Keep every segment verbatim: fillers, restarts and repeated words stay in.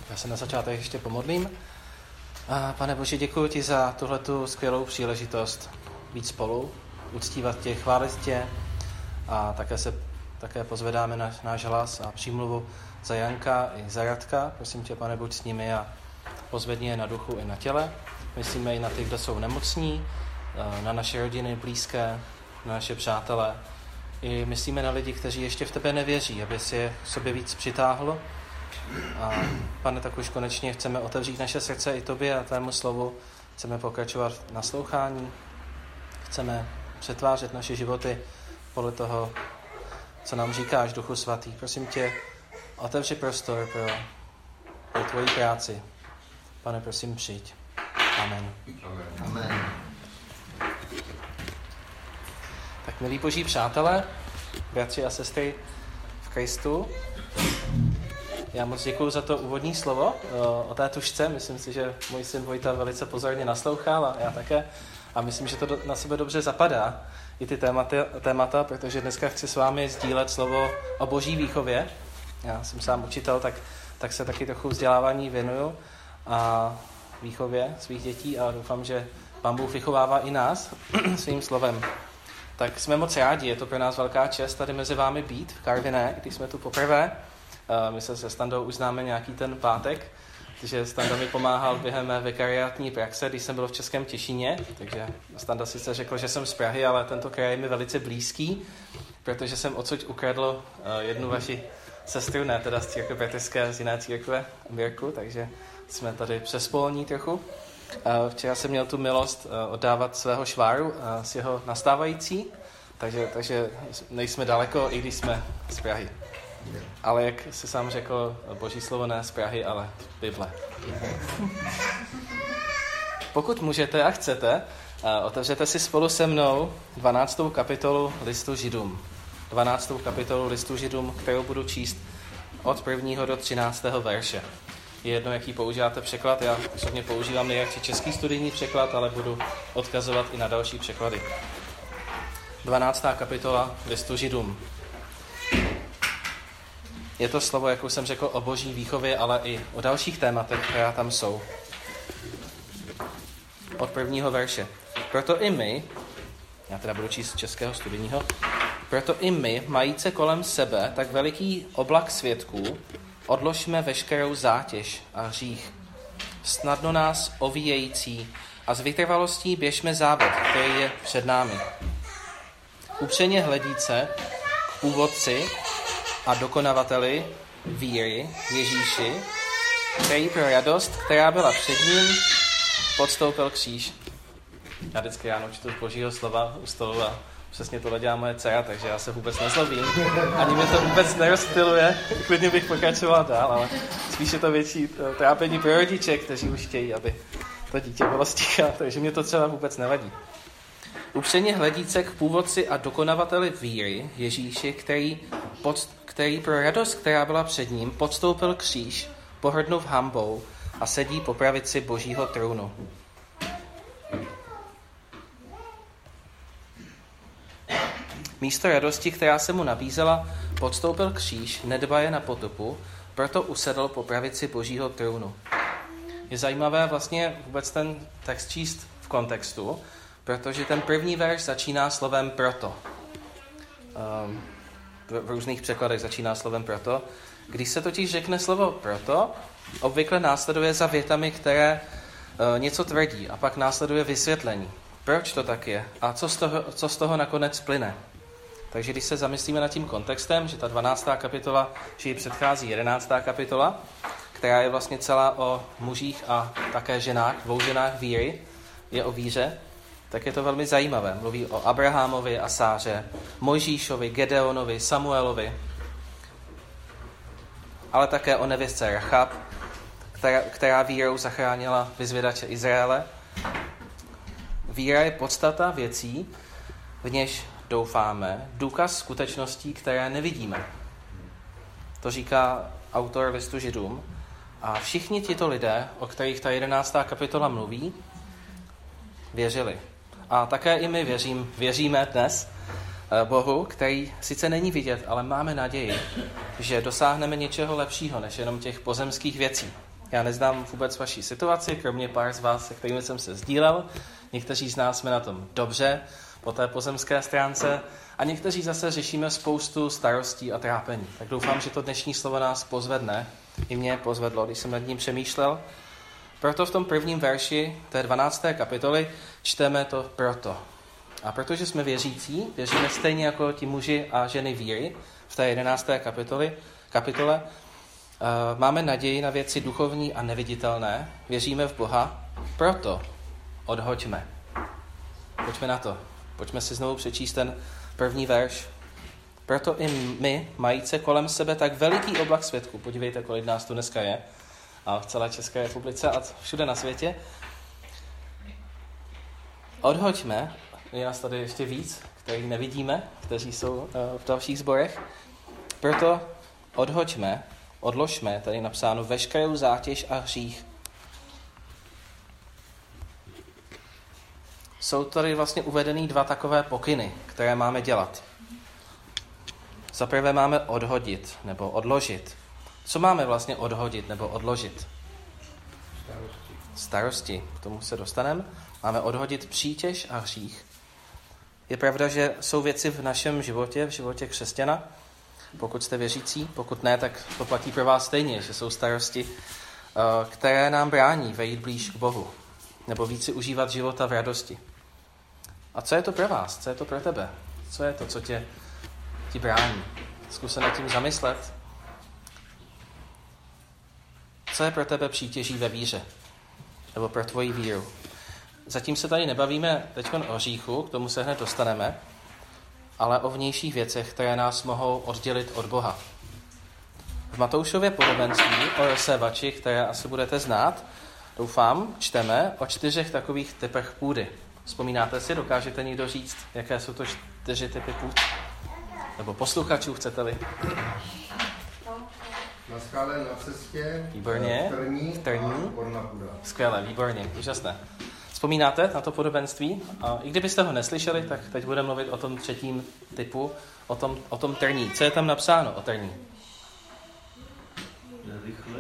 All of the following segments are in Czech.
Já se na začátek ještě pomodlím. A Pane Bože, děkuji ti za tuhletu skvělou příležitost být spolu, uctívat tě, chválit tě a také se také pozvedáme na náš hlas a přímluvu za Janka i za Radka. Prosím tě, Pane, buď s nimi a pozvedni je na duchu i na těle. Myslíme i na ty, kdo jsou nemocní, na naše rodiny blízké, na naše přátele. I myslíme na lidi, kteří ještě v tebe nevěří, aby si je k sobě víc přitáhlo. A Pane, tak už konečně chceme otevřít naše srdce i tobě a tvému slovu. Chceme pokračovat v naslouchání. Chceme přetvářet naše životy podle toho, co nám říkáš, Duchu Svatý. Prosím tě, otevři prostor pro, pro tvoji práci. Pane, prosím, přijď. Amen. Amen. Tak, milí Boží přátelé, bratři a sestry v Kristu, já moc děkuju za to úvodní slovo o té tužce. Myslím si, že můj syn Vojta velice pozorně naslouchal a já také. A myslím, že to na sebe dobře zapadá, i ty témata, témata, protože dneska chci s vámi sdílet slovo o boží výchově. Já jsem sám učitel, tak, tak se taky trochu vzdělávání věnuju a výchově svých dětí a doufám, že Pán Bůh vychovává i nás svým slovem. Tak jsme moc rádi, je to pro nás velká čest tady mezi vámi být v Karviné, když jsme tu poprvé. My se se Standou už známe nějaký ten pátek, protože Standa mi pomáhal během mé vikariátní praxe, když jsem byl v Českém Těšíně, takže Standa sice řekl, že jsem z Prahy, ale tento kraj je mi velice blízký, protože jsem odsud ukradl jednu vaši sestru, ne teda z církve bratrské, z jiné církve, Mirku, takže jsme tady přespolní trochu. Včera jsem měl tu milost oddávat svého šváru s jeho nastávající, takže, takže nejsme daleko, i když jsme z Prahy. Ale jak jsi sám řekl, boží slovo ne z Prahy, ale Bible. Pokud můžete a chcete, otevřete si spolu se mnou dvanáctou kapitolu listu Židům. dvanáctou kapitolu listu Židům, kterou budu číst od prvního do třináctého verše. Je jedno, jaký používáte překlad. Já osobně používám nejradši český studijní překlad, ale budu odkazovat i na další překlady. dvanáctá kapitola listu Židům. Je to slovo, jak už jsem řekl, o boží výchově, ale i o dalších tématech, která tam jsou. Od prvního verše. Proto i my, já teda budu číst z českého studijního, proto i my, majíce kolem sebe tak veliký oblak svědků, odložme veškerou zátěž a hřích, snadno nás ovíjející a s vytrvalostí běžme závod, který je před námi. Upřeně hledíce k původci a dokonavateli víry Ježíši, který pro radost, která byla před ním, podstoupil kříž. Já vždycky ráno čtu božího slova u stolu a přesně tohle dělá moje dcera, takže já se vůbec nezlobím. Ani mě to vůbec nerozptyluje, klidně bych pokračoval dál, ale spíš je to větší trápení pro rodiče, kteří už chtějí, aby to dítě bylo sticha, takže mě to třeba vůbec nevadí. Upřeně hledíce k původci a dokonavateli víry Ježíši, který, pod, který pro radost, která byla před ním, podstoupil kříž, pohrdnув hanbou a sedí po pravici božího trůnu. Místo radosti, která se mu nabízela, podstoupil kříž, nedbaje na potupu, proto usedl po pravici božího trůnu. Je zajímavé vlastně vůbec ten text číst v kontextu, protože ten první verš začíná slovem proto. Um, v různých překladech začíná slovem proto. Když se totiž řekne slovo proto, obvykle následuje za větami, které uh, něco tvrdí a pak následuje vysvětlení. Proč to tak je a co z toho, co z toho nakonec plyne. Takže když se zamyslíme nad tím kontextem, že ta dvanáctá kapitola, že ji předchází jedenáctá kapitola, která je vlastně celá o mužích a také ženách, dvou ženách víry, je o víře, tak je to velmi zajímavé. Mluví o Abrahamovi a Sáře, Mojžíšovi, Gedeonovi, Samuelovi, ale také o nevěstce Rachab, která, která vírou zachránila vyzvědače Izraele. Víra je podstata věcí, v něž doufáme, důkaz skutečností, které nevidíme. To říká autor listu Židům. A všichni tito lidé, o kterých ta jedenáctá kapitola mluví, věřili. A také i my věřím, věříme dnes Bohu, který sice není vidět, ale máme naději, že dosáhneme něčeho lepšího, než jenom těch pozemských věcí. Já neznám vůbec vaši situaci, kromě pár z vás, se kterými jsem se sdílel. Někteří z nás jsme na tom dobře po té pozemské stránce a někteří zase řešíme spoustu starostí a trápení. Tak doufám, že to dnešní slovo nás pozvedne. I mě pozvedlo, když jsem nad ním přemýšlel. Proto v tom prvním verši té dvanácté kapitoly čteme to proto. A protože jsme věřící, věříme stejně jako ti muži a ženy víry v té jedenácté kapitole, kapitole uh, máme naději na věci duchovní a neviditelné, věříme v Boha, proto odhoďme. Pojďme na to. Pojďme si znovu přečíst ten první verš. Proto i my, majíce kolem sebe tak veliký oblak svědků, podívejte, kolik nás tu dneska je, a v celé České republice a všude na světě, odhoďme, je nás tady ještě víc, který nevidíme, kteří jsou v dalších sborech, proto odhoďme, odložme, tady napsáno, veškerou zátěž a hřích. Jsou tady vlastně uvedený dva takové pokyny, které máme dělat. Za prvé máme odhodit nebo odložit. Co máme vlastně odhodit nebo odložit? Starosti. Starosti, k tomu se dostaneme. Máme odhodit přítěž a hřích. Je pravda, že jsou věci v našem životě, v životě křesťana, pokud jste věřící, pokud ne, tak to platí pro vás stejně, že jsou starosti, které nám brání vejít blíž k Bohu, nebo více užívat života v radosti. A co je to pro vás? Co je to pro tebe? Co je to, co tě ti brání? Zkus se nad tím zamyslet. Co je pro tebe přítěží ve víře? Nebo pro tvoji víru? Zatím se tady nebavíme teď o hříchu, k tomu se hned dostaneme, ale o vnějších věcech, které nás mohou oddělit od Boha. V Matoušově podobenství o rozsévači, které asi budete znát, doufám, čteme o čtyřech takových typech půdy. Vzpomínáte si, dokážete někdo říct, jaké jsou to čtyři typy půd? Nebo posluchačů, chcete-li? Na skále, na cestě, výborně. v trní, v trní. a odborná půda. Skvěle, výborně, úžasné. Vzpomínáte na to podobenství? A i kdybyste ho neslyšeli, tak teď budeme mluvit o tom třetím typu, o tom, o tom trní. Co je tam napsáno o trní? Rychle.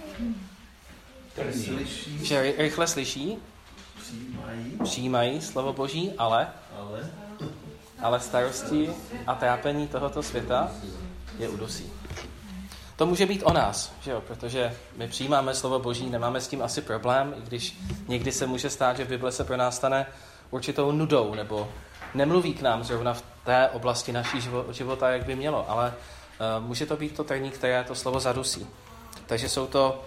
Slyší. Že rychle slyší, Přijímají. přijímají slovo Boží, ale, Ale. ale starosti a trápení tohoto světa je udusí. To může být o nás, že jo? Protože my přijímáme slovo Boží, nemáme s tím asi problém, i když někdy se může stát, že Bible se pro nás stane určitou nudou, nebo nemluví k nám zrovna v té oblasti naší života, jak by mělo, ale uh, může to být to trní, které to slovo zadusí. Takže jsou to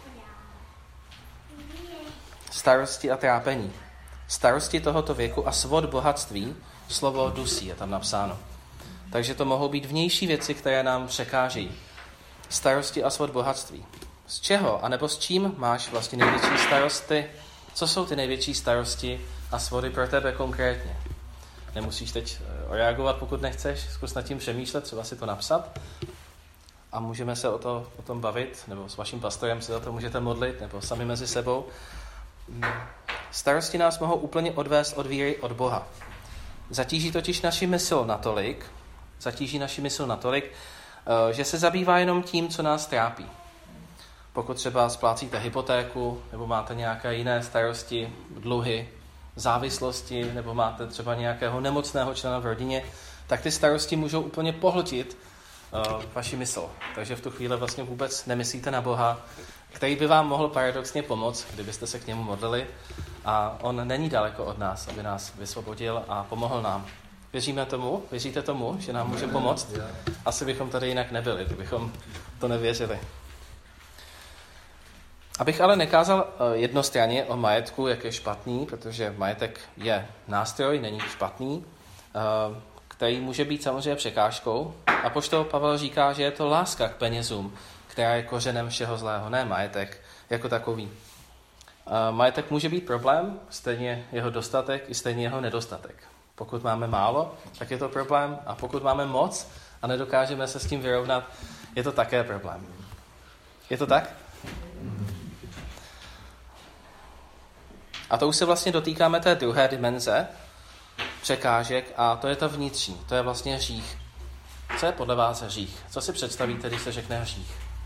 starosti a trápení. Starosti tohoto věku a svod bohatství, slovo dusí je tam napsáno. Takže to mohou být vnější věci, které nám překážejí. Starosti a svod bohatství. Z čeho, anebo s čím máš vlastně největší starosti? Co jsou ty největší starosti a svody pro tebe konkrétně? Nemusíš teď reagovat, pokud nechceš, zkus nad tím přemýšlet, třeba si to napsat a můžeme se o, to, o tom bavit, nebo s vaším pastorem se za to můžete modlit, nebo sami mezi sebou. Starosti nás mohou úplně odvést od víry od Boha. Zatíží totiž naši mysl natolik, zatíží naši mysl natolik, že se zabývá jenom tím, co nás trápí. Pokud třeba splácíte hypotéku, nebo máte nějaké jiné starosti, dluhy, závislosti, nebo máte třeba nějakého nemocného člena v rodině, tak ty starosti můžou úplně pohltit uh, vaši mysl. Takže v tu chvíli vlastně vůbec nemyslíte na Boha, který by vám mohl paradoxně pomoct, kdybyste se k němu modlili. A on není daleko od nás, aby nás vysvobodil a pomohl nám. Věříme tomu? Věříte tomu, že nám může pomoct? Asi bychom tady jinak nebyli, kdybychom to nevěřili. Abych ale nekázal jednostranně o majetku, jak je špatný, protože majetek je nástroj, není špatný, který může být samozřejmě překážkou. Apoštol Pavel říká, že je to láska k penězům, která je kořenem všeho zlého, ne majetek jako takový. Majetek může být problém, stejně jeho dostatek i stejně jeho nedostatek. Pokud máme málo, tak je to problém, a pokud máme moc a nedokážeme se s tím vyrovnat, je to také problém. Je to tak? A to už se vlastně dotýkáme té druhé dimenze překážek a to je ta vnitřní, to je vlastně hřích. Co je podle vás hřích? Co si představíte, když se řekne hřích?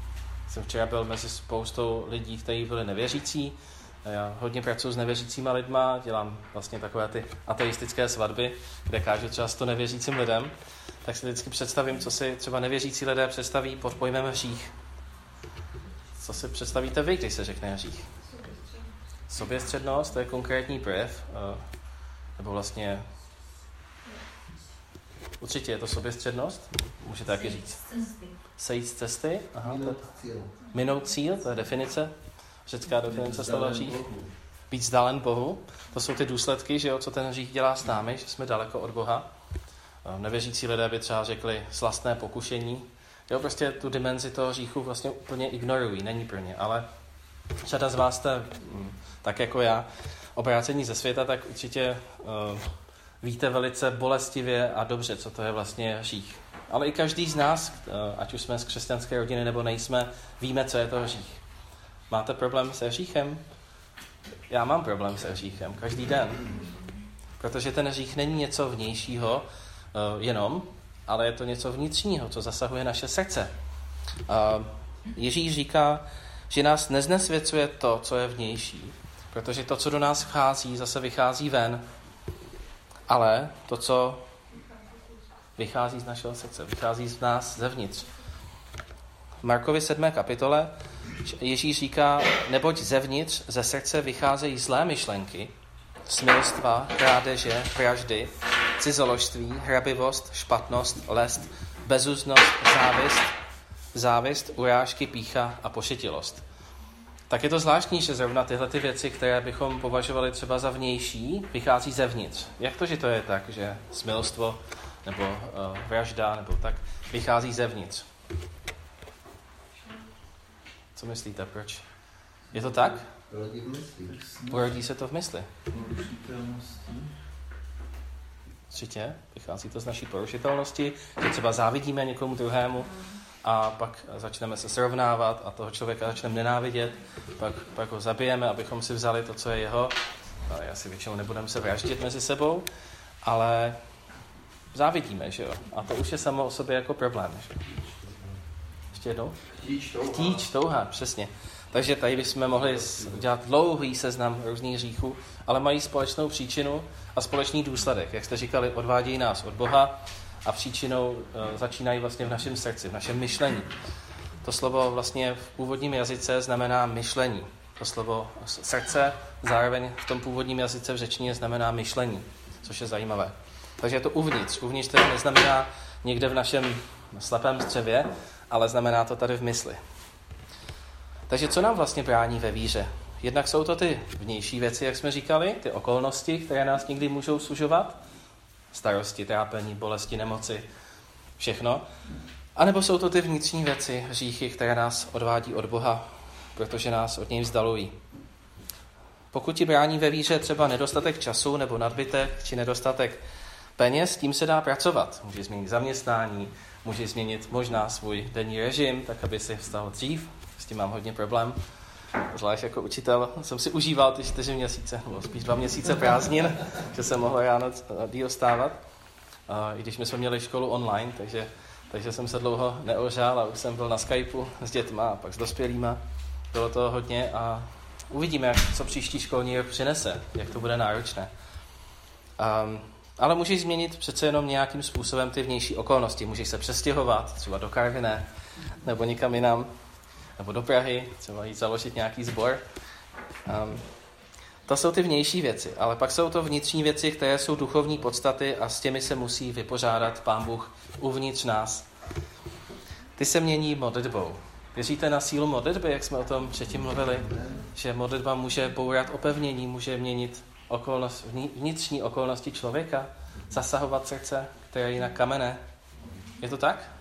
Jsem včera byl mezi spoustou lidí, kteří byli nevěřící. Já hodně pracuji s nevěřícíma lidma, dělám vlastně takové ty ateistické svatby, kde kážu často nevěřícím lidem. Tak si vždycky představím, co si třeba nevěřící lidé představí pod pojmem hřích. Co si představíte vy, když se řekne hřích? Soběstřednost, to je konkrétní projev, nebo vlastně určitě je to soběstřednost, můžete taky říct. Sejít z cesty. Aha, Minout to, cíl. Minout cíl, to je definice, řecká definice slova hřích. Být vzdálen Bohu, to jsou ty důsledky, že jo, co ten hřích dělá s námi, že jsme daleko od Boha. Nevěřící lidé by třeba řekli slastné pokušení. Jo, prostě tu dimenzi toho hříchu vlastně úplně ignorují, není pro ně, ale řada z vás jste, tak jako já, obrácení ze světa, tak určitě uh, víte velice bolestivě a dobře, co to je vlastně hřích. Ale i každý z nás, uh, ať už jsme z křesťanské rodiny nebo nejsme, víme, co je to hřích. Máte problém se hříchem? Já mám problém se hříchem každý den. Protože ten hřích není něco vnějšího uh, jenom, ale je to něco vnitřního, co zasahuje naše srdce. Uh, Ježíš říká, že nás neznesvěcuje to, co je vnější, protože to, co do nás vchází, zase vychází ven, ale to, co vychází z našeho srdce, vychází z nás zevnitř. V Markovi sedmé kapitole Ježíš říká, neboť zevnitř ze srdce vycházejí zlé myšlenky, smilstva, krádeže, vraždy, cizoložství, hrabivost, špatnost, lest, bezúznost, závist, závist, urážky, pýcha a pošetilost. Tak je to zvláštní, že zrovna tyhle ty věci, které bychom považovali třeba za vnější, vychází zevnitř. Jak to, že to je tak, že smilstvo nebo uh, vražda nebo tak vychází zevnitř? Co myslíte, proč? Je to tak? Rodí v mysli. Urodí se to v mysli. Určitě, vychází to z naší porušitelnosti, že třeba závidíme někomu druhému a pak začneme se srovnávat a toho člověka začneme nenávidět, pak, pak ho zabijeme, abychom si vzali to, co je jeho. A já si většinou nebudeme se vraždit mezi sebou, ale závidíme, že jo? A to už je samo o sobě jako problém, že jo? Ještě jednou? Chtíč, touha. Chtíč, touha, přesně. Takže tady bychom mohli dělat dlouhý seznam různých hříchů, ale mají společnou příčinu a společný důsledek. Jak jste říkali, odvádějí nás od Boha a příčinou e, začínají vlastně v našem srdci, v našem myšlení. To slovo vlastně v původním jazyce znamená myšlení. To slovo srdce zároveň v tom původním jazyce v řečtině znamená myšlení, což je zajímavé. Takže je to uvnitř. Uvnitř to neznamená někde v našem slepém střevě, ale znamená to tady v mysli. Takže co nám vlastně brání ve víře? Jednak jsou to ty vnější věci, jak jsme říkali, ty okolnosti, které nás někdy můžou sužovat, starosti, trápení, bolesti, nemoci, všechno. A nebo jsou to ty vnitřní věci, hříchy, které nás odvádí od Boha, protože nás od něj vzdalují. Pokud ti brání ve víře třeba nedostatek času nebo nadbytek či nedostatek peněz, tím se dá pracovat. Může změnit zaměstnání, může změnit možná svůj denní režim, tak aby si vstal dřív. S tím mám hodně problém. Zvlášť jako učitel jsem si užíval ty čtyři měsíce, nebo spíš dva měsíce prázdnin, že jsem mohl ráno díl stávat. I když my jsme měli školu online, takže, takže jsem se dlouho neožál a už jsem byl na Skypeu s dětma a pak s dospělýma. Bylo to hodně a uvidíme, jak, co příští školní rok přinese, jak to bude náročné. Um, ale můžeš změnit přece jenom nějakým způsobem ty vnější okolnosti. Můžeš se přestěhovat, třeba do Karviné, nebo někam jinam, nebo do Prahy, třeba jít založit nějaký sbor. Um, to jsou ty vnější věci, ale pak jsou to vnitřní věci, které jsou duchovní podstaty a s těmi se musí vypořádat Pán Bůh uvnitř nás. Ty se mění modlitbou. Věříte na sílu modlitby, jak jsme o tom předtím mluvili? Že modlitba může bourat opevnění, může měnit okolnost, vnitřní okolnosti člověka, zasahovat srdce, které je jinak kamenné. Je to tak?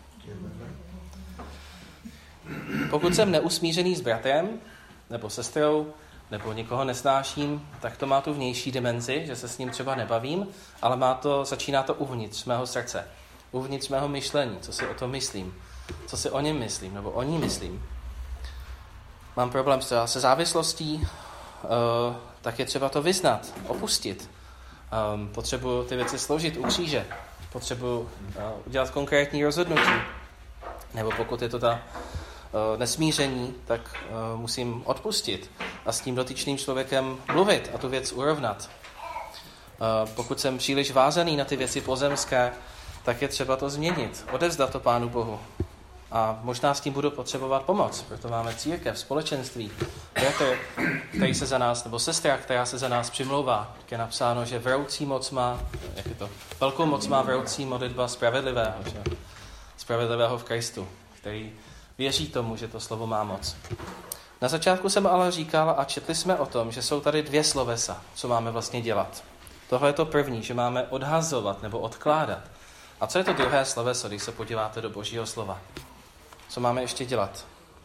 Pokud jsem neusmířený s bratrem, nebo sestrou, nebo nikoho nesnáším, tak to má tu vnější dimenzi, že se s ním třeba nebavím, ale má to, začíná to uvnitř mého srdce, uvnitř mého myšlení, co si o tom myslím, co si o něm myslím, nebo o ní myslím. Mám problém se závislostí, uh, tak je třeba to vyznat, opustit. Um, potřebuji ty věci složit u kříže, potřebuji uh, udělat konkrétní rozhodnutí. Nebo pokud je to ta nesmíření, tak uh, musím odpustit a s tím dotyčným člověkem mluvit a tu věc urovnat. Uh, pokud jsem příliš vázaný na ty věci pozemské, tak je třeba to změnit, odevzdat to Pánu Bohu. A možná s tím budu potřebovat pomoc, proto máme církev, společenství, bratr, který se za nás, nebo sestra, která se za nás přimlouvá. Tak je napsáno, že vroucí moc má, jak je to, velkou moc má vroucí modlitba spravedlivého, že? Spravedlivého v Kristu, který věří tomu, že to slovo má moc. Na začátku jsem ale říkal a četli jsme o tom, že jsou tady dvě slovesa, co máme vlastně dělat. Tohle je to první, že máme odhazovat nebo odkládat. A co je to druhé sloveso, když se podíváte do Božího slova? Co máme ještě dělat?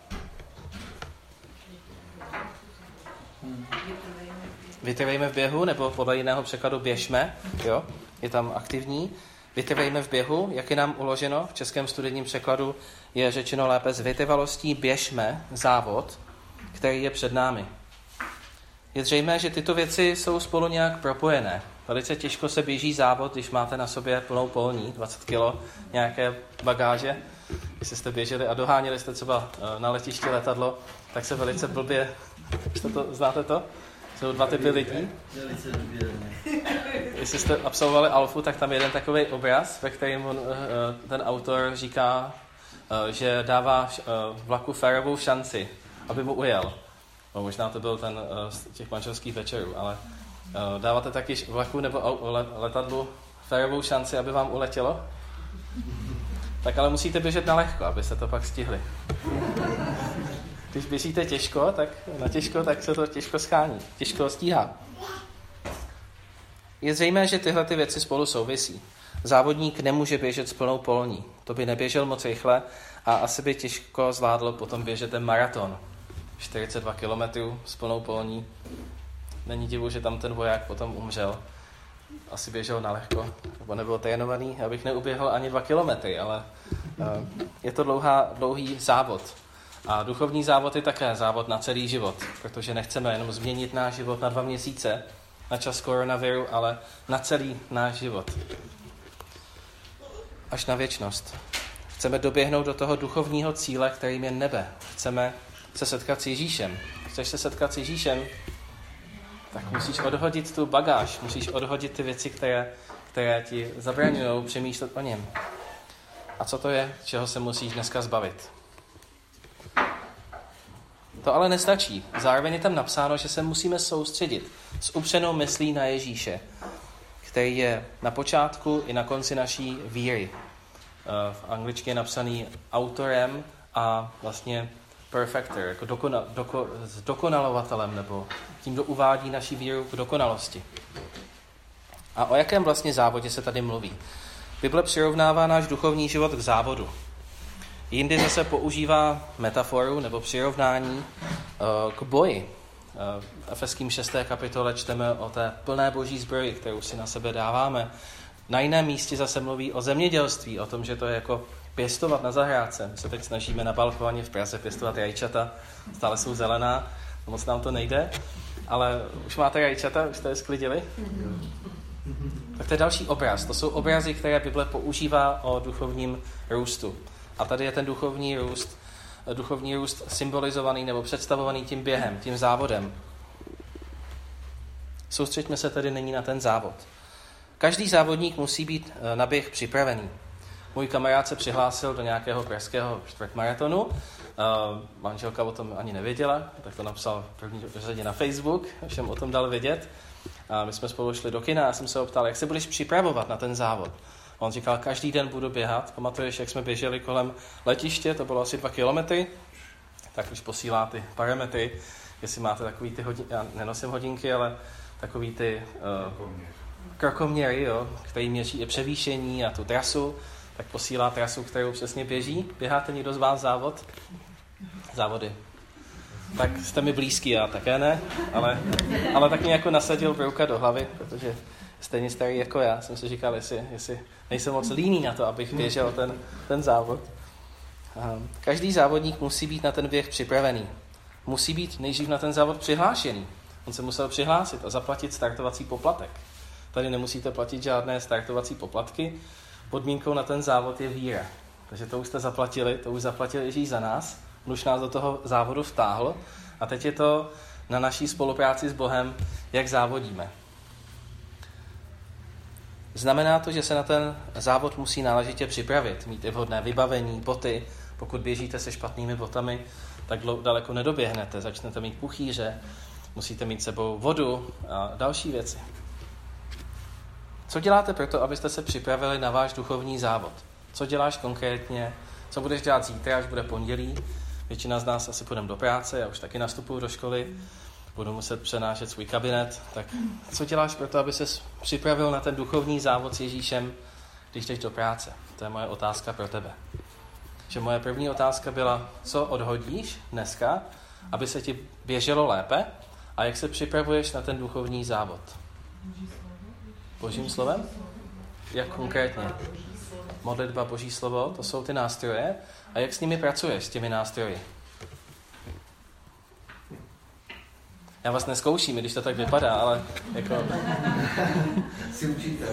Vytrvejme v běhu, nebo podle jiného překladu běžme, jo? Je tam aktivní. Vytrvejme v běhu, jak je nám uloženo v českém studijním překladu, je řečeno lépe s vytrvalostí běžme závod, který je před námi. Je zřejmé, že tyto věci jsou spolu nějak propojené. Velice těžko se běží závod, když máte na sobě plnou polní, dvacet kilo nějaké bagáže. Když jste běželi a doháněli jste třeba na letišti letadlo, tak se velice blbě... Jste to, znáte to? Jsou dva typy lidí. Jestli jste absolvovali Alfu, tak tam je jeden takový obraz, ve kterém on, ten autor říká, že dává vlaku férovou šanci, aby mu ujel. No, možná to byl ten z těch manželských večerů, ale dáváte taky vlaku nebo letadlu férovou šanci, aby vám uletělo? Tak ale musíte běžet na lehko, abyste to pak stihli. Když běžíte těžko, tak na těžko, tak se to těžko schání, těžko stíhá. Je zřejmé, že tyhle ty věci spolu souvisí. Závodník nemůže běžet s plnou polní. To by neběžel moc rychle a asi by těžko zvládlo potom běžet ten maraton. čtyřicet dva kilometrů s plnou polní. Není divu, že tam ten voják potom umřel. Asi běžel na lehko, nebo nebyl trénovaný, abych neuběhl ani dva kilometry, ale uh, je to dlouhá, dlouhý závod. A duchovní závod je také závod na celý život, protože nechceme jenom změnit náš život na dva měsíce, na čas koronaviru, ale na celý náš život. Až na věčnost. Chceme doběhnout do toho duchovního cíle, kterým je nebe. Chceme se setkat s Ježíšem. Chceš se setkat s Ježíšem? Tak musíš odhodit tu bagáž, musíš odhodit ty věci, které, které ti zabraňují přemýšlet o něm. A co to je, čeho se musíš dneska zbavit? To ale nestačí. Zároveň je tam napsáno, že se musíme soustředit s upřenou myslí na Ježíše, který je na počátku i na konci naší víry. V angličtině je napsaný autorem a vlastně perfector, jako dokona, doko, dokonalovatelem, nebo tím, kdo uvádí naši víru k dokonalosti. A o jakém vlastně závodě se tady mluví? Bible přirovnává náš duchovní život k závodu. Jindy zase používá metaforu nebo přirovnání uh, k boji. Uh, v Efeským šesté kapitole čteme o té plné boží zbroji, kterou si na sebe dáváme. Na jiném místě zase mluví o zemědělství, o tom, že to je jako pěstovat na zahrádce. My se teď snažíme na balkóně v Praze pěstovat rajčata, stále jsou zelená, moc nám to nejde, ale už máte rajčata, už jste je sklidili? Tak to je další obraz. To jsou obrazy, které Bible používá o duchovním růstu. A tady je ten duchovní růst, duchovní růst symbolizovaný nebo představovaný tím během, tím závodem. Soustřeďme se tedy nyní na ten závod. Každý závodník musí být na běh připravený. Můj kamarád se přihlásil do nějakého pražského čtvrtmaratonu. Uh, manželka o tom ani nevěděla, tak to napsal v první řadě na Facebook, všem o tom dal vědět. A my jsme spolu šli do kina a já jsem se ho ptal, jak se budeš připravovat na ten závod. A on říkal, každý den budu běhat. Pamatuješ, jak jsme běželi kolem letiště, to bylo asi dva kilometry, tak už posílá ty parametry, jestli máte takový ty hodinky, já nenosím hodinky, ale takový ty uh, krokoměry, jo, který měří i převýšení a tu trasu, tak posílá trasu, kterou přesně běží. Běháte někdo z vás závod? Závody. Tak jste mi blízký, já také ne, ale, ale tak mě jako nasadil brouka do hlavy, protože stejně starý jako já. Jsem si říkal, jestli, jestli nejsem moc líný na to, abych běžel ten, ten závod. Každý závodník musí být na ten běh připravený. Musí být nejdřív na ten závod přihlášený. On se musel přihlásit a zaplatit startovací poplatek. Tady nemusíte platit žádné startovací poplatky. Podmínkou na ten závod je víra. Takže to už jste zaplatili, to už zaplatil Ježíš za nás. On už nás do toho závodu vtáhl a teď je to na naší spolupráci s Bohem, jak závodíme. Znamená to, že se na ten závod musí náležitě připravit, mít i vhodné vybavení, boty. Pokud běžíte se špatnými botami, tak daleko nedoběhnete, začnete mít puchýře, musíte mít s sebou vodu a další věci. Co děláte proto, abyste se připravili na váš duchovní závod? Co děláš konkrétně? Co budeš dělat zítra, až bude pondělí? Většina z nás asi půjdeme do práce, já už taky nastupuju do školy, budu muset přenášet svůj kabinet. Tak co děláš proto, aby ses připravil na ten duchovní závod s Ježíšem, když jdeš do práce? To je moje otázka pro tebe. Že moje první otázka byla, co odhodíš dneska, aby se ti běželo lépe a jak se připravuješ na ten duchovní závod? Božím slovem? Jak konkrétně? Modlitba, Boží slovo, to jsou ty nástroje. A jak s nimi pracuješ, s těmi nástroji? Já vás neskouším, když to tak vypadá, ale jako... Jsi učitel.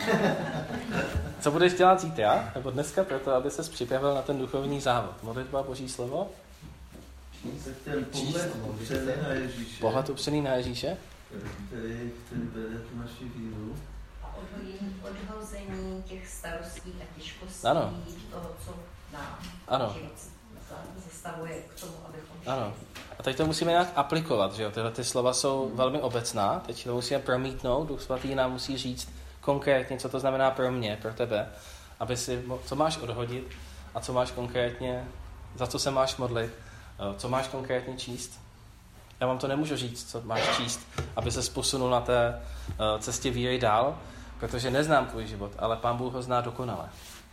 Co budeš dělat zítra, nebo dneska proto, aby ses připravil na ten duchovní závod? Modlitba, Boží slovo? Ten pohled upřený na Ježíše. Pohled upřený na Ježíše? Který, který vede tu naši víru. A odhození těch starostí a těžkostí ano. toho, co nám ano. život zastavuje k tomu, abychom šli. Ano. A teď to musíme nějak aplikovat, že jo? Tyhle ty slova jsou velmi obecná, teď to musíme promítnout, Duch Svatý nám musí říct konkrétně, co to znamená pro mě, pro tebe, aby si, co máš odhodit a co máš konkrétně, za co se máš modlit, co máš konkrétně číst. Já vám to nemůžu říct, co máš číst, aby se posunul na té cestě víry dál, protože neznám tvůj život, ale Pán Bůh ho zná dokonale.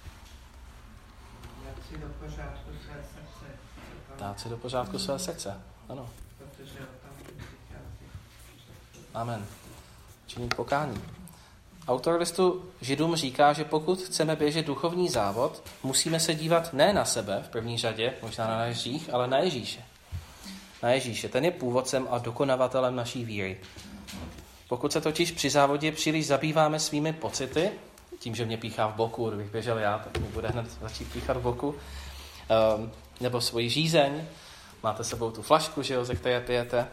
Dát si do pořádku své srdce. Dát si do pořádku své srdce, ano. Protože tam přichází. Amen. Činit pokání. Autor listu Židům říká, že pokud chceme běžet duchovní závod, musíme se dívat ne na sebe v první řadě, možná na náš hřích, ale na Ježíše. Na Ježíše. Ten je původcem a dokonavatelem naší víry. Pokud se totiž při závodě příliš zabýváme svými pocity, tím, že mě píchá v boku, kdybych běžel já, tak mě bude hned začít píchat v boku, um, nebo svoji žízeň, máte s sebou tu flašku, že jo, ze které pijete,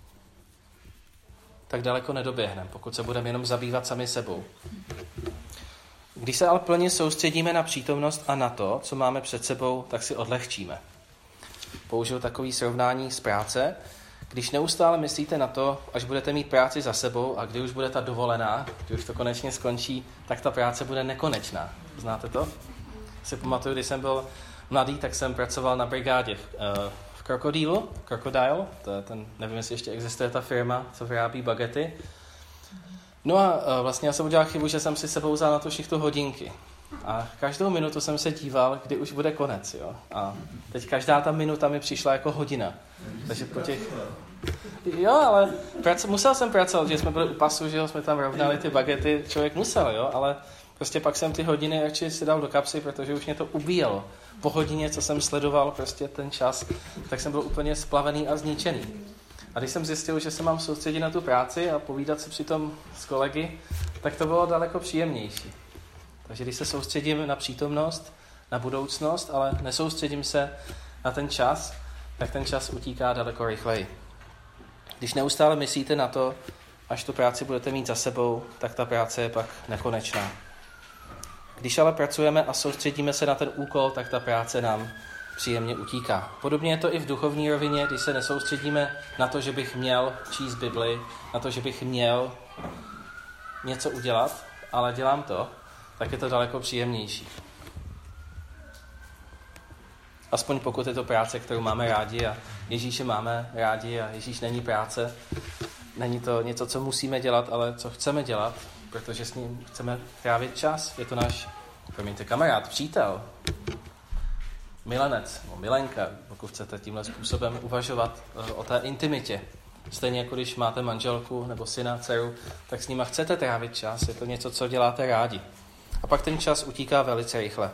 tak daleko nedoběhneme, pokud se budeme jenom zabývat sami sebou. Když se ale plně soustředíme na přítomnost a na to, co máme před sebou, tak si odlehčíme. Použiju takový srovnání z práce. Když neustále myslíte na to, až budete mít práci za sebou a kdy už bude ta dovolená, když už to konečně skončí, tak ta práce bude nekonečná. Znáte to? Si pamatuju, když jsem byl mladý, tak jsem pracoval na brigádě v, uh, v Krokodýlu, Crocodile, to je ten, nevím, jestli ještě existuje ta firma, co vyrábí bagety. No a uh, vlastně já jsem udělal chybu, že jsem si sebou vzal na tu šichtu hodinky. A každou minutu jsem se díval, kdy už bude konec, jo. A teď každá ta minuta mi přišla jako hodina. Takže po těch... Jo, ale prac... musel jsem pracovat, že jsme byli u pasu, že jo, jsme tam rovnali ty bagety, člověk musel, jo, ale prostě pak jsem ty hodiny radši si dal do kapsy, protože už mě to ubíjelo. Po hodině, co jsem sledoval prostě ten čas, tak jsem byl úplně splavený a zničený. A když jsem zjistil, že se mám soustředit na tu práci a povídat se přitom s kolegy, tak to bylo daleko příjemnější. Takže když se soustředím na přítomnost, na budoucnost, ale nesoustředím se na ten čas, tak ten čas utíká daleko rychleji. Když neustále myslíte na to, až tu práci budete mít za sebou, tak ta práce je pak nekonečná. Když ale pracujeme a soustředíme se na ten úkol, tak ta práce nám příjemně utíká. Podobně je to i v duchovní rovině, když se nesoustředíme na to, že bych měl číst Bibli, na to, že bych měl něco udělat, ale dělám to, tak je to daleko příjemnější. Aspoň pokud je to práce, kterou máme rádi a Ježíše máme rádi a Ježíš není práce, není to něco, co musíme dělat, ale co chceme dělat, protože s ním chceme trávit čas. Je to náš, promiňte, kamarád, přítel, milenec, no milenka, pokud chcete tímhle způsobem uvažovat o té intimitě. Stejně jako když máte manželku nebo syna, dceru, tak s nima chcete trávit čas, je to něco, co děláte rádi. A pak ten čas utíká velice rychle.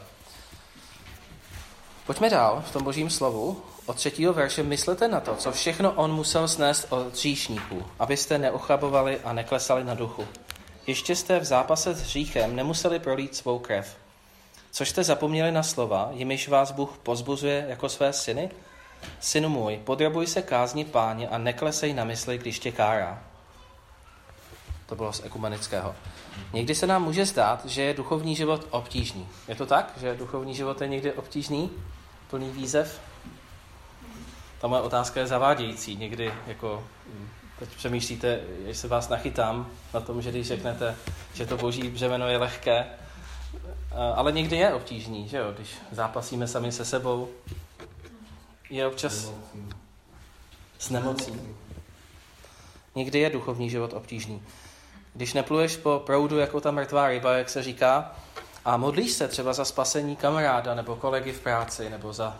Pojďme dál v tom Božím slovu. Od třetího verše myslete na to, co všechno on musel snést od hříšníků, abyste neochabovali a neklesali na duchu. Ještě jste v zápase s hříchem nemuseli prolít svou krev. Což jste zapomněli na slova, jimiž vás Bůh pozbuzuje jako své syny? synu můj, podrobuj se kázni Páně a neklesej na mysli, když tě kárá. To bylo z ekumenického. Někdy se nám může zdát, že je duchovní život obtížný. Je to tak, že duchovní život je někdy obtížný, plný výzev? Ta moje otázka je zavádějící. Někdy jako teď přemýšlíte, když se vás nachytám na tom, že když řeknete, že to boží břemeno je lehké, ale někdy je obtížný, že jo? Když zápasíme sami se sebou, je občas s nemocí. Někdy je duchovní život obtížný. Když nepluješ po proudu jako ta mrtvá ryba, jak se říká, a modlíš se třeba za spasení kamaráda nebo kolegy v práci nebo za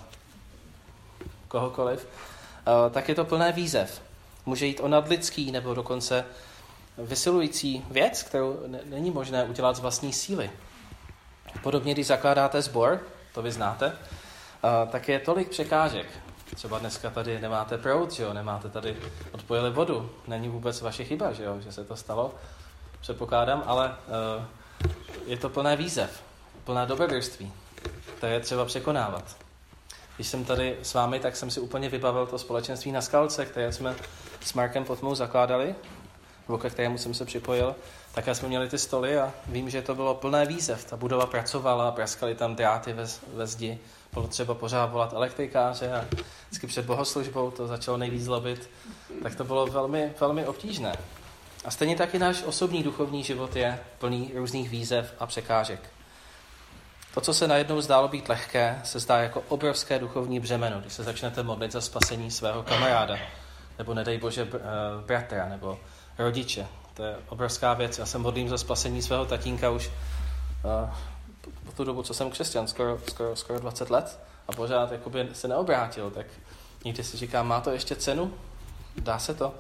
kohokoliv, tak je to plné výzev. Může jít o nadlidský nebo dokonce vysilující věc, kterou není možné udělat z vlastní síly. Podobně, když zakládáte sbor, to vy znáte, tak je tolik překážek. Třeba dneska tady nemáte proud, že jo? Nemáte tady odpojili vodu. Není vůbec vaše chyba, že jo? Že se to stalo, předpokládám, ale uh, je to plné výzev, plná dobrodružství. To je třeba překonávat. Když jsem tady s vámi, tak jsem si úplně vybavil to společenství na Skalce, které jsme s Markem Potmou zakládali, nebo ke kterému jsem se připojil. Také jsme měli ty stoly a vím, že to bylo plné výzev. Ta budova pracovala, praskaly tam dráty ve, ve zdi. Bylo třeba pořád volat elektrikáře a vždycky před bohoslužbou to začalo nejvíc zlobit. Tak to bylo velmi, velmi obtížné. A stejně taky náš osobní duchovní život je plný různých výzev a překážek. To, co se najednou zdálo být lehké, se zdá jako obrovské duchovní břemeno, když se začnete modlit za spasení svého kamaráda, nebo nedej Bože bratra, nebo rodiče. To je obrovská věc. Já se modlím za spasení svého tatínka už uh, v tu dobu, co jsem křesťan, skoro, skoro, skoro dvacet let a pořád jakoby se neobrátil, tak někdy si říkám, má to ještě cenu? Dá se to?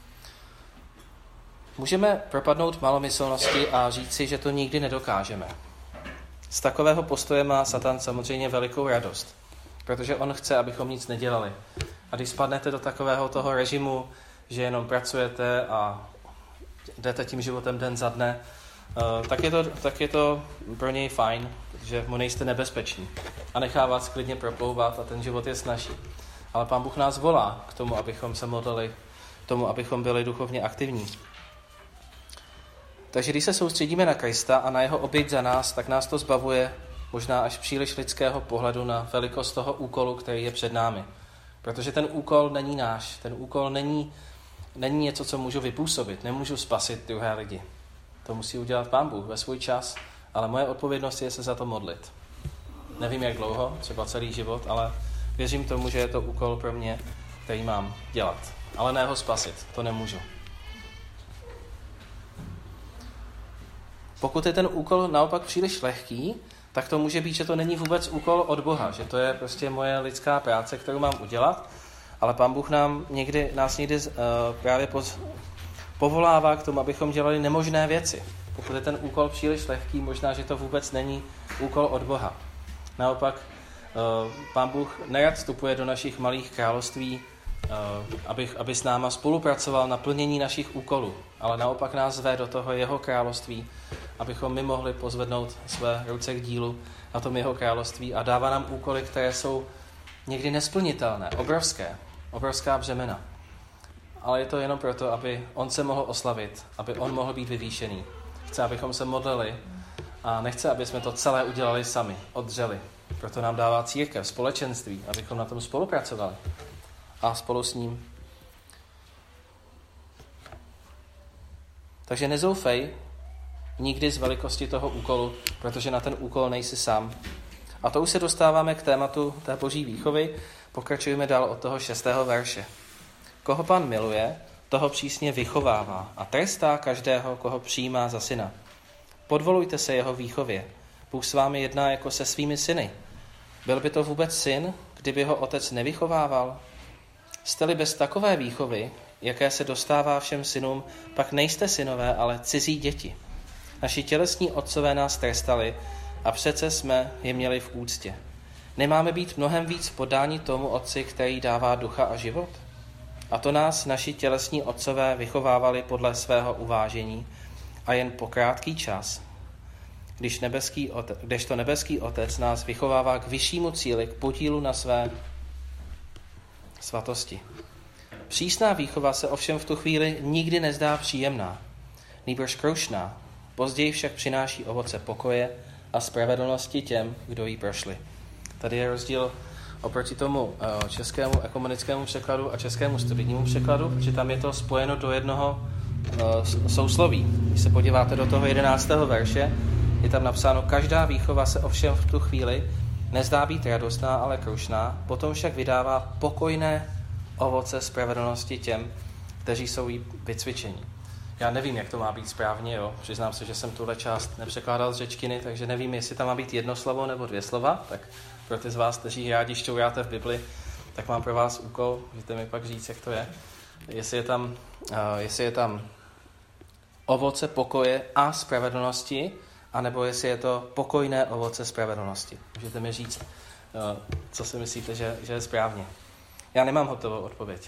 Můžeme propadnout malomyslnosti a říct si, že to nikdy nedokážeme. Z takového postoje má Satan samozřejmě velikou radost, protože on chce, abychom nic nedělali. A když spadnete do takového toho režimu, že jenom pracujete a jdete tím životem den za dne, tak je to, tak je to pro něj fajn, že mu nejste nebezpeční a nechá vás klidně proplouvat a ten život je snazší. Ale Pán Bůh nás volá k tomu, abychom se modlili, k tomu, abychom byli duchovně aktivní. Takže když se soustředíme na Krista a na jeho oběť za nás, tak nás to zbavuje možná až příliš lidského pohledu na velikost toho úkolu, který je před námi. Protože ten úkol není náš, ten úkol není, není něco, co můžu vypůsobit, nemůžu spasit druhé lidi. To musí udělat Pán Bůh ve svůj čas, ale moje odpovědnost je se za to modlit. Nevím, jak dlouho, třeba celý život, ale věřím tomu, že je to úkol pro mě, který mám dělat. Ale ne ho spasit, to nemůžu. Pokud je ten úkol naopak příliš lehký, tak to může být, že to není vůbec úkol od Boha, že to je prostě moje lidská práce, kterou mám udělat, ale Pán Bůh nám někdy, nás někdy uh, právě poz, povolává k tomu, abychom dělali nemožné věci. Pokud je ten úkol příliš lehký, možná, že to vůbec není úkol od Boha. Naopak, uh, Pán Bůh nerad vstupuje do našich malých království, uh, aby, aby s náma spolupracoval na plnění našich úkolů, ale naopak nás zve do toho jeho království, abychom my mohli pozvednout své ruce k dílu na tom jeho království a dává nám úkoly, které jsou někdy nesplnitelné, obrovské, obrovská břemena. Ale je to jenom proto, aby on se mohl oslavit, aby on mohl být vyvýšený. Chce, abychom se modlili a nechce, aby jsme to celé udělali sami, oddřeli. Proto nám dává církev, společenství, abychom na tom spolupracovali a spolu s ním. Takže nezoufej nikdy z velikosti toho úkolu, protože na ten úkol nejsi sám. A to už se dostáváme k tématu té boží výchovy. Pokračujeme dál od toho šestého verše. Koho Pán miluje, toho přísně vychovává a trestá každého, koho přijímá za syna. Podvolujte se jeho výchově. Bůh s vámi jedná jako se svými syny. Byl by to vůbec syn, kdyby ho otec nevychovával? Jste-li bez takové výchovy, jaké se dostává všem synům, pak nejste synové, ale cizí děti. Naši tělesní otcové nás trestali a přece jsme je měli v úctě. Nemáme být mnohem víc podáni tomu otci, který dává ducha a život? A to nás naši tělesní otcové vychovávali podle svého uvážení a jen po krátký čas, když nebeský otec, kdežto nebeský otec nás vychovává k vyššímu cíli, k podílu na své svatosti. Přísná výchova se ovšem v tu chvíli nikdy nezdá příjemná, nýbrž krušná, později však přináší ovoce pokoje a spravedlnosti těm, kdo ji prošli. Tady je rozdíl oproti tomu českému ekumenickému překladu a českému studijnímu překladu, že tam je to spojeno do jednoho uh, sousloví. Když se podíváte do toho jedenáctého verše, je tam napsáno: každá výchova se ovšem v tu chvíli nezdá být radostná, ale krušná, potom však vydává pokojné ovoce spravedlnosti těm, kteří jsou jí vycvičení. Já nevím, jak to má být správně, jo. Přiznám se, že jsem tuhle část nepřekládal z řečtiny, takže nevím, jestli tam má být jedno slovo nebo dvě slova, tak pro ty z vás, kteří rádi šťouráte v Bibli, tak mám pro vás úkol, můžete mi pak říct, jak to je. Jestli je tam, uh, jestli je tam ovoce pokoje a spravedlnosti, anebo jestli je to pokojné ovoce spravedlnosti. Můžete mi říct, uh, co si myslíte, že, že je správně. Já nemám hotovou odpověď.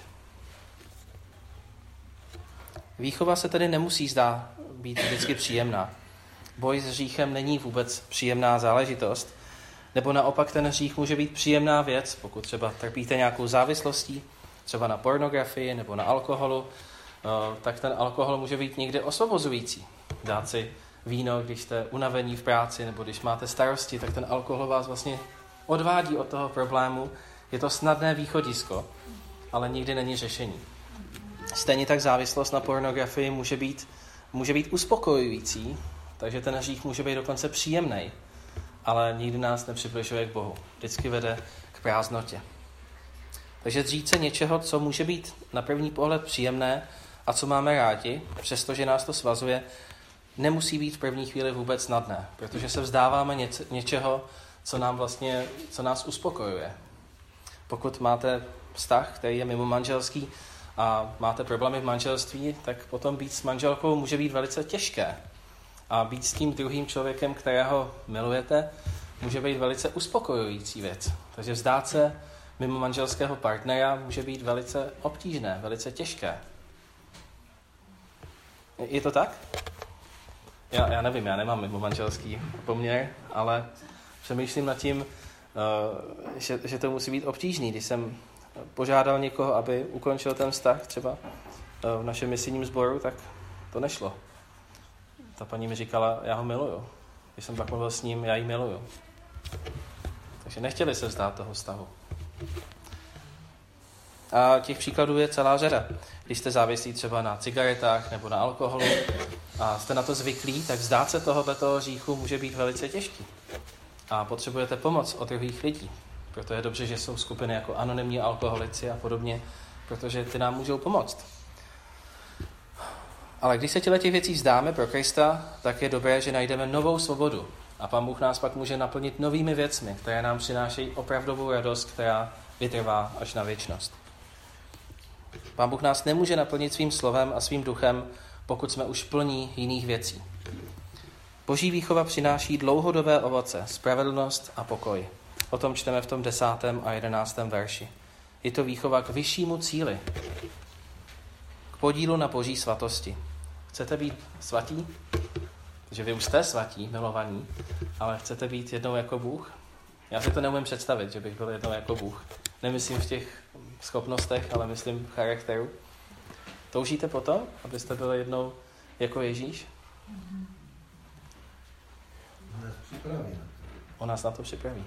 Výchova se tedy nemusí zdát být vždycky příjemná. Boj s hříchem není vůbec příjemná záležitost, nebo naopak ten hřích může být příjemná věc, pokud třeba trpíte nějakou závislostí, třeba na pornografii nebo na alkoholu, tak ten alkohol může být někdy osvobozující. Dát si víno, když jste unavení v práci nebo když máte starosti, tak ten alkohol vás vlastně odvádí od toho problému. Je to snadné východisko, ale nikdy není řešení. Stejně tak závislost na pornografii může být, může být uspokojující, takže ten hřích může být dokonce příjemný, ale nikdy nás nepřibližuje k Bohu. Vždycky vede k prázdnotě. Takže zříct se něčeho, co může být na první pohled příjemné a co máme rádi, přestože nás to svazuje, nemusí být v první chvíli vůbec snadné, protože se vzdáváme něce, něčeho, co nám vlastně, co nás uspokojuje. Pokud máte vztah, který je mimo manželský, a máte problémy v manželství, tak potom být s manželkou může být velice těžké. A být s tím druhým člověkem, kterého milujete, může být velice uspokojující věc. Takže vzdát se mimo manželského partnera může být velice obtížné, velice těžké. Je to tak? Já, já nevím, já nemám mimo manželský poměr, ale přemýšlím nad tím, že, že to musí být obtížný, když jsem požádal někoho, aby ukončil ten vztah třeba v našem misijním sboru, tak to nešlo. Ta paní mi říkala, já ho miluju. Když jsem pak mluvil s ním, já ji miluju. Takže nechtěli se vzdát toho vztahu. A těch příkladů je celá řada. Když jste závislí třeba na cigaretách nebo na alkoholu a jste na to zvyklí, tak vzdát se tohoto hříchu může být velice těžký. A potřebujete pomoc od druhých lidí. Proto je dobře, že jsou skupiny jako anonymní alkoholici a podobně, protože ty nám můžou pomoct. Ale když se těchto těch věcí vzdáme pro Krista, tak je dobré, že najdeme novou svobodu. A Pán Bůh nás pak může naplnit novými věcmi, které nám přinášejí opravdovou radost, která vytrvá až na věčnost. Pán Bůh nás nemůže naplnit svým slovem a svým duchem, pokud jsme už plní jiných věcí. Boží výchova přináší dlouhodobé ovoce, spravedlnost a pokoj. O tom čteme v tom desátém a jedenáctém verši. Je to výchova k vyššímu cíli, k podílu na Boží svatosti. Chcete být svatí? Takže vy už jste svatí, milovaní, ale chcete být jednou jako Bůh? Já si to neumím představit, že bych byl jednou jako Bůh. Nemyslím v těch schopnostech, ale myslím v charakteru. Toužíte potom, abyste byli jednou jako Ježíš? Nás připraví. On nás na to připraví.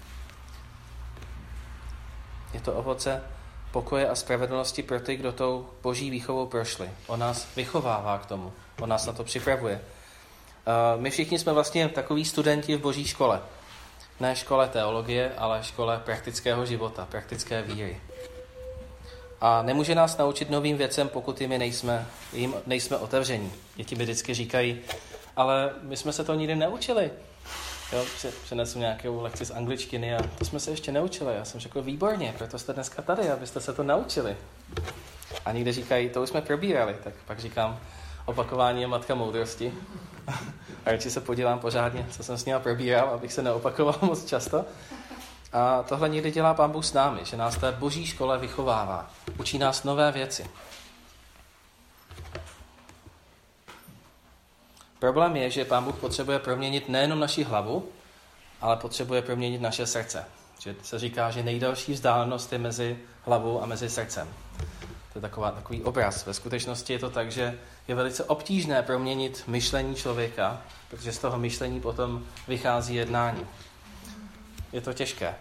Je to ovoce pokoje a spravedlnosti pro ty, kdo tou Boží výchovou prošli. On nás vychovává k tomu. On nás na to připravuje. My všichni jsme vlastně takoví studenti v Boží škole. Ne škole teologie, ale škole praktického života, praktické víry. A nemůže nás naučit novým věcem, pokud jim nejsme, jim nejsme otevření. Děti mi vždycky říkají, ale my jsme se to nikdy neučili. Jo, přinesu nějakou lekci z angličtiny a to jsme se ještě neučili. Já jsem řekl, výborně, proto jste dneska tady, abyste se to naučili. A někde říkají, to už jsme probírali. Tak pak říkám, opakování je matka moudrosti. A radši se podívám pořádně, co jsem s ním probíral, abych se neopakoval moc často. A tohle někdy dělá Pán Bůh s námi, že nás té Boží škole vychovává. Učí nás nové věci. Problém je, že Pán Bůh potřebuje proměnit nejenom naši hlavu, ale potřebuje proměnit naše srdce. Že se říká, že nejdelší vzdálenost je mezi hlavou a mezi srdcem. To je taková, takový obraz. Ve skutečnosti je to tak, že je velice obtížné proměnit myšlení člověka, protože z toho myšlení potom vychází jednání. Je to těžké.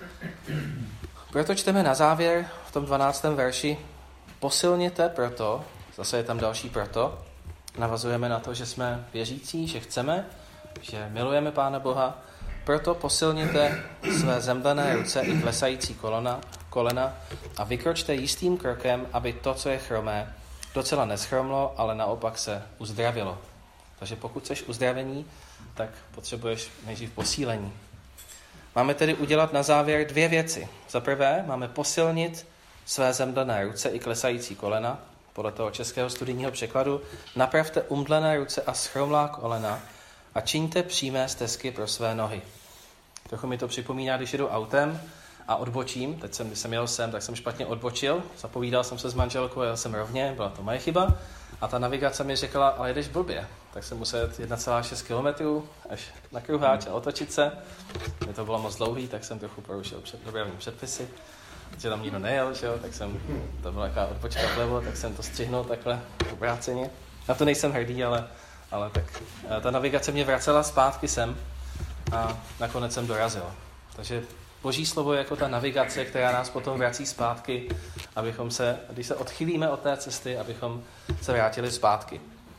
Proto čteme na závěr v tom dvanáctém verši: posilněte proto, zase je tam další proto, navazujeme na to, že jsme věřící, že chceme, že milujeme Pána Boha, proto posilněte své zemdlené ruce i klesající kolena, kolena a vykročte jistým krokem, aby to, co je chromé, docela neschromlo, ale naopak se uzdravilo. Takže pokud chceš uzdravení, tak potřebuješ nejdřív posílení. Máme tedy udělat na závěr dvě věci. Za prvé máme posilnit své zemdlené ruce i klesající kolena. Podle toho českého studijního překladu: napravte umdlené ruce a schromlá kolena a čiňte přímé stezky pro své nohy. Trochu mi to připomíná, když jedu autem a odbočím. Teď jsem, když jsem jel sem, tak jsem špatně odbočil. Zapovídal jsem se s manželkou, jel jsem rovně, byla to moje chyba. A ta navigace mi řekla: ale jedeš blbě. Tak jsem musel jet jedna celá šest kilometrů až na kruháč a otočit se. Mě to bylo moc dlouhý, tak jsem trochu porušil před dopravní předpisy. Že tam nikdo nejel, že jo? Tak jsem, to byla taková odbočka vlevo, tak jsem to střihnul takhle obráceně. Na to nejsem hrdý, ale, ale tak ta navigace mě vracela zpátky sem a nakonec jsem dorazil. Takže Boží slovo je jako ta navigace, která nás potom vrací zpátky, abychom se, když se odchylíme od té cesty, abychom se vrátili zpátky.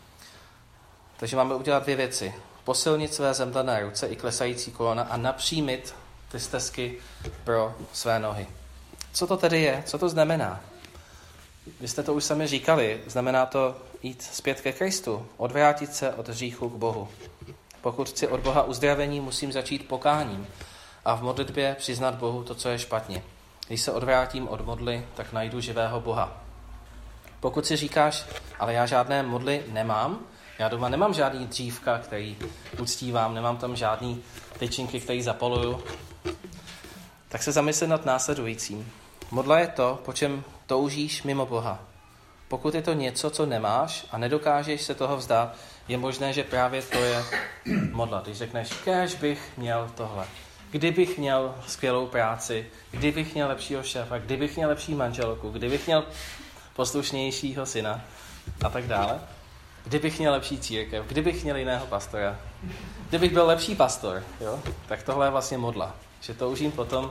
Takže máme udělat dvě věci. Posilnit své zemdlené ruce i klesající kolena a napřímit ty stezky pro své nohy. Co to tedy je? Co to znamená? Vy jste to už sami říkali. Znamená to jít zpět ke Kristu, odvrátit se od hříchu k Bohu. Pokud chci od Boha uzdravení, musím začít pokáním a v modlitbě přiznat Bohu to, co je špatně. Když se odvrátím od modly, tak najdu živého Boha. Pokud si říkáš: ale já žádné modly nemám, já doma nemám žádný dřívka, který uctívám, nemám tam žádný tyčinky, který zapaluju, tak se zamysli nad následujícím. Modla je to, po čem toužíš mimo Boha. Pokud je to něco, co nemáš a nedokážeš se toho vzdát, je možné, že právě to je modla. Když řekneš: kéž bych měl tohle, kdybych měl skvělou práci, kdybych měl lepšího šéfa, kdybych měl lepší manželku, kdybych měl poslušnějšího syna a tak dále. Kdybych měl lepší církev, kdybych měl jiného pastora, kdybych byl lepší pastor, jo? Tak tohle je vlastně modla. Že toužím potom,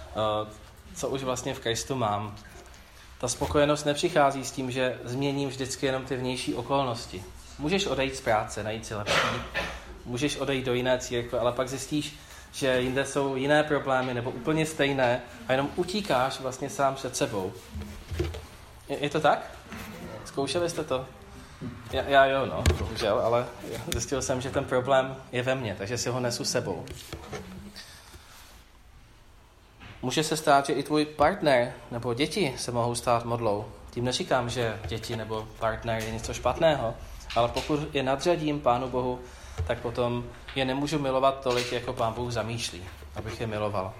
co už vlastně v Kristu mám. Ta spokojenost nepřichází s tím, že změním vždycky jenom ty vnější okolnosti. Můžeš odejít z práce, najít si lepší, můžeš odejít do jiné církve, ale pak zjistíš, že jinde jsou jiné problémy nebo úplně stejné a jenom utíkáš vlastně sám před sebou. Je, je to tak? Zkoušeli jste to? Já, já jo, no, bohužel, ale zjistil jsem, že ten problém je ve mně, takže si ho nesu sebou. Může se stát, že i tvůj partner nebo děti se mohou stát modlou. Tím neříkám, že děti nebo partner je něco špatného, ale pokud je nadřadím Pánu Bohu, tak potom je nemůžu milovat tolik, jako Pán Bůh zamýšlí, abych je miloval.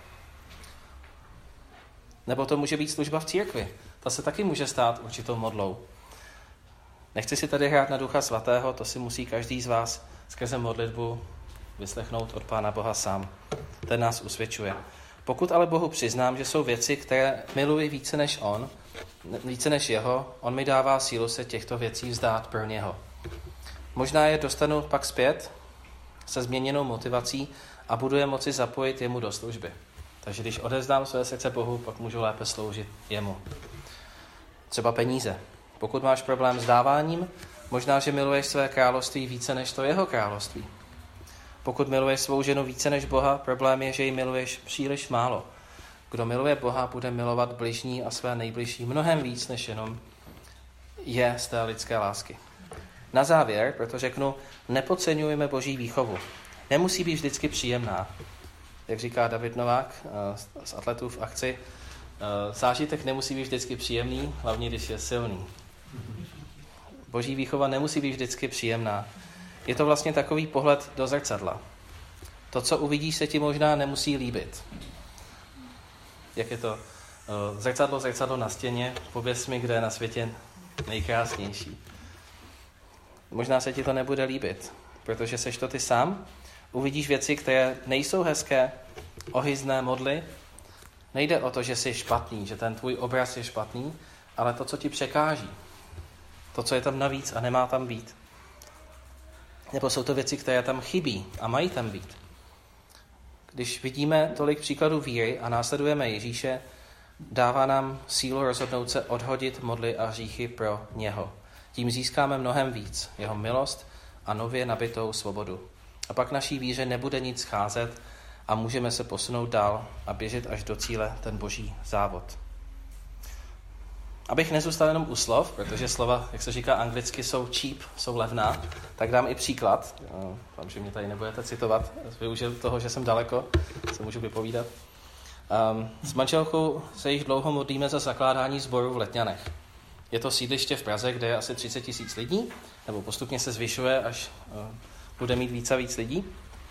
Nebo to může být služba v církvi. Ta se taky může stát určitou modlou. Nechci si tady hrát na Ducha Svatého, to si musí každý z vás skrze modlitbu vyslechnout od Pána Boha sám. Ten nás usvědčuje. Pokud ale Bohu přiznám, že jsou věci, které miluji více než on, více než jeho, on mi dává sílu se těchto věcí vzdát pro něho. Možná je dostanu pak zpět se změněnou motivací a budu je moci zapojit jemu do služby. Takže když odevzdám své srdce Bohu, pak můžu lépe sloužit jemu. Třeba peníze. Pokud máš problém s dáváním, možná, že miluješ své království více než to jeho království. Pokud miluješ svou ženu více než Boha, problém je, že ji miluješ příliš málo. Kdo miluje Boha, bude milovat bližní a své nejbližší mnohem víc, než jenom je z té lidské lásky. Na závěr, proto řeknu, nepodceňujeme Boží výchovu. Nemusí být vždycky příjemná. Jak říká David Novák z Atletů v akci, zážitek nemusí být vždycky příjemný, hlavně když je silný. Boží výchova nemusí být vždycky příjemná. Je to vlastně takový pohled do zrcadla. To, co uvidíš, se ti možná nemusí líbit. Jak je to? Zrcadlo, zrcadlo na stěně, pověz mi, kde je na světě nejkrásnější. Možná se ti to nebude líbit, protože seš to ty sám. Uvidíš věci, které nejsou hezké, ohyzné modly, Nejde o to, že jsi špatný, že ten tvůj obraz je špatný, ale to, co ti překáží. To, co je tam navíc a nemá tam být. Nebo jsou to věci, které tam chybí a mají tam být. Když vidíme tolik příkladů víry a následujeme Ježíše, dává nám sílu rozhodnout se odhodit modly a hříchy pro něho. Tím získáme mnohem víc, jeho milost a nově nabitou svobodu. A pak naší víře nebude nic scházet a můžeme se posunout dál a běžet až do cíle, ten boží závod. Abych nezůstal jenom u slov, protože slova, jak se říká anglicky, jsou cheap, jsou levná, tak dám i příklad. Vám, že mě tady nebudete citovat, využil toho, že jsem daleko, se můžu vypovídat. Um, s manželkou se již dlouho modlíme za zakládání sboru v Letňanech. Je to sídliště v Praze, kde je asi třicet tisíc lidí, nebo postupně se zvyšuje, až uh, bude mít víc a víc lidí,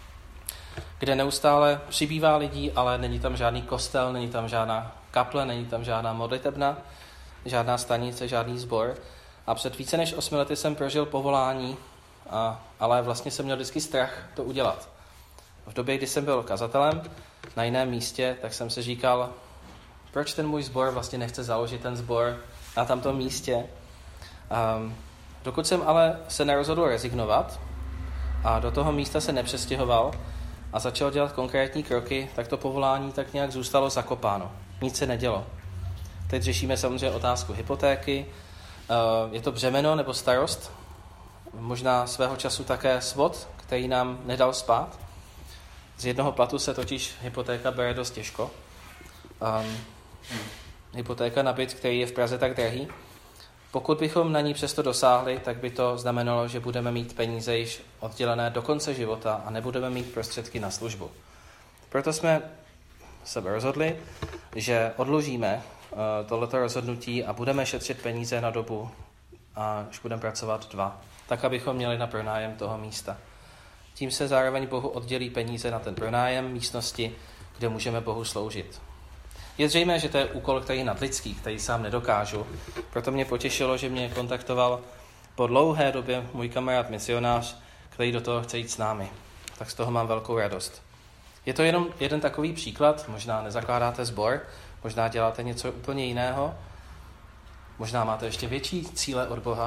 kde neustále přibývá lidí, ale není tam žádný kostel, není tam žádná kaple, není tam žádná modlitebna, žádná stanice, žádný sbor. A před více než osmi lety jsem prožil povolání, a, ale vlastně jsem měl vždycky strach to udělat. V době, kdy jsem byl kazatelem na jiném místě, tak jsem si říkal, proč ten můj sbor vlastně nechce založit ten sbor na tamtom místě. Um, dokud jsem ale se nerozhodl rezignovat a do toho místa se nepřestěhoval a začal dělat konkrétní kroky, tak to povolání tak nějak zůstalo zakopáno. Nic se nedělo. Teď řešíme samozřejmě otázku hypotéky. Je to břemeno nebo starost? Možná svého času také svod, který nám nedal spát. Z jednoho platu se totiž hypotéka bere dost těžko. Um, hypotéka na byt, který je v Praze tak drahý. Pokud bychom na ní přesto dosáhli, tak by to znamenalo, že budeme mít peníze již oddělené do konce života a nebudeme mít prostředky na službu. Proto jsme se rozhodli, že odložíme tohleto rozhodnutí a budeme šetřit peníze na dobu, až budeme pracovat dva, tak abychom měli na pronájem toho místa. Tím se zároveň Bohu oddělí peníze na ten pronájem místnosti, kde můžeme Bohu sloužit. Je zřejmé, že to je úkol, který je nadlidský, který sám nedokážu. Proto mě potěšilo, že mě kontaktoval po dlouhé době můj kamarád misionář, který do toho chce jít s námi. Tak z toho mám velkou radost. Je to jenom jeden takový příklad, možná nezakládáte sbor, možná děláte něco úplně jiného, možná máte ještě větší cíle od Boha,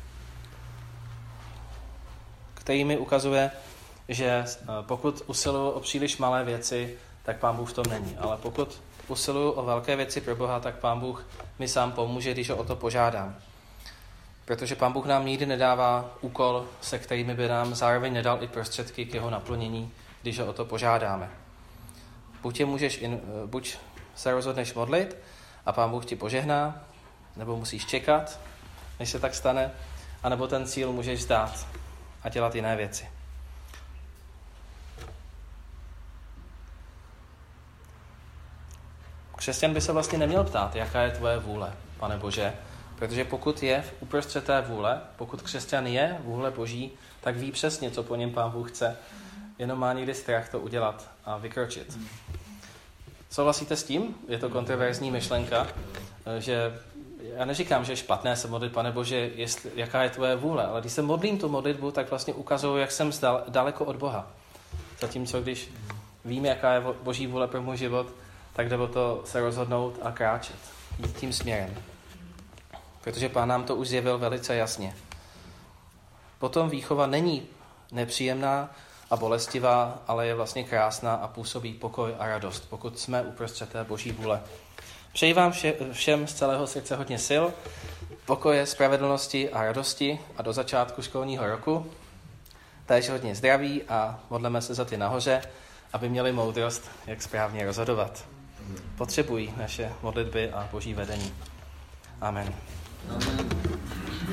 který mi ukazuje, že pokud usiluju o příliš malé věci, tak Pán Bůh v tom není. Ale pokud usiluju o velké věci pro Boha, tak Pán Bůh mi sám pomůže, když ho o to požádám. Protože Pán Bůh nám nikdy nedává úkol, se kterými by nám zároveň nedal i prostředky k jeho naplnění, když ho o to požádáme. Buď, je můžeš in, buď se rozhodneš modlit a Pán Bůh ti požehná, nebo musíš čekat, než se tak stane, anebo ten cíl můžeš vzdát a dělat jiné věci. Křesťan by se vlastně neměl ptát, jaká je tvoje vůle, Pane Bože, protože pokud je v uprostřed té vůle, pokud křesťan je vůle Boží, tak ví přesně, co po něm Pán Bůh chce, jenom má někdy strach to udělat a vykročit. Souhlasíte s tím? Je to kontroverzní myšlenka, že já neříkám, že je špatné se modlit, Pane Bože, jestli, jaká je tvoje vůle, ale když se modlím tu modlitbu, tak vlastně ukazuju, jak jsem zdal, daleko od Boha. Zatímco když vím, jaká je Boží vůle pro můj život, tak jde o to se rozhodnout a kráčet, jít tím směrem. Protože Pán nám to už zjevil velice jasně. Potom výchova není nepříjemná a bolestivá, ale je vlastně krásná a působí pokoj a radost, pokud jsme uprostřed té Boží vůle. Přeji vám vše, všem z celého srdce hodně sil, pokoje, spravedlnosti a radosti a do začátku školního roku. Též hodně zdraví a modleme se za ty nahoře, aby měli moudrost, jak správně rozhodovat. Potřebují naše modlitby a Boží vedení. Amen. Amen.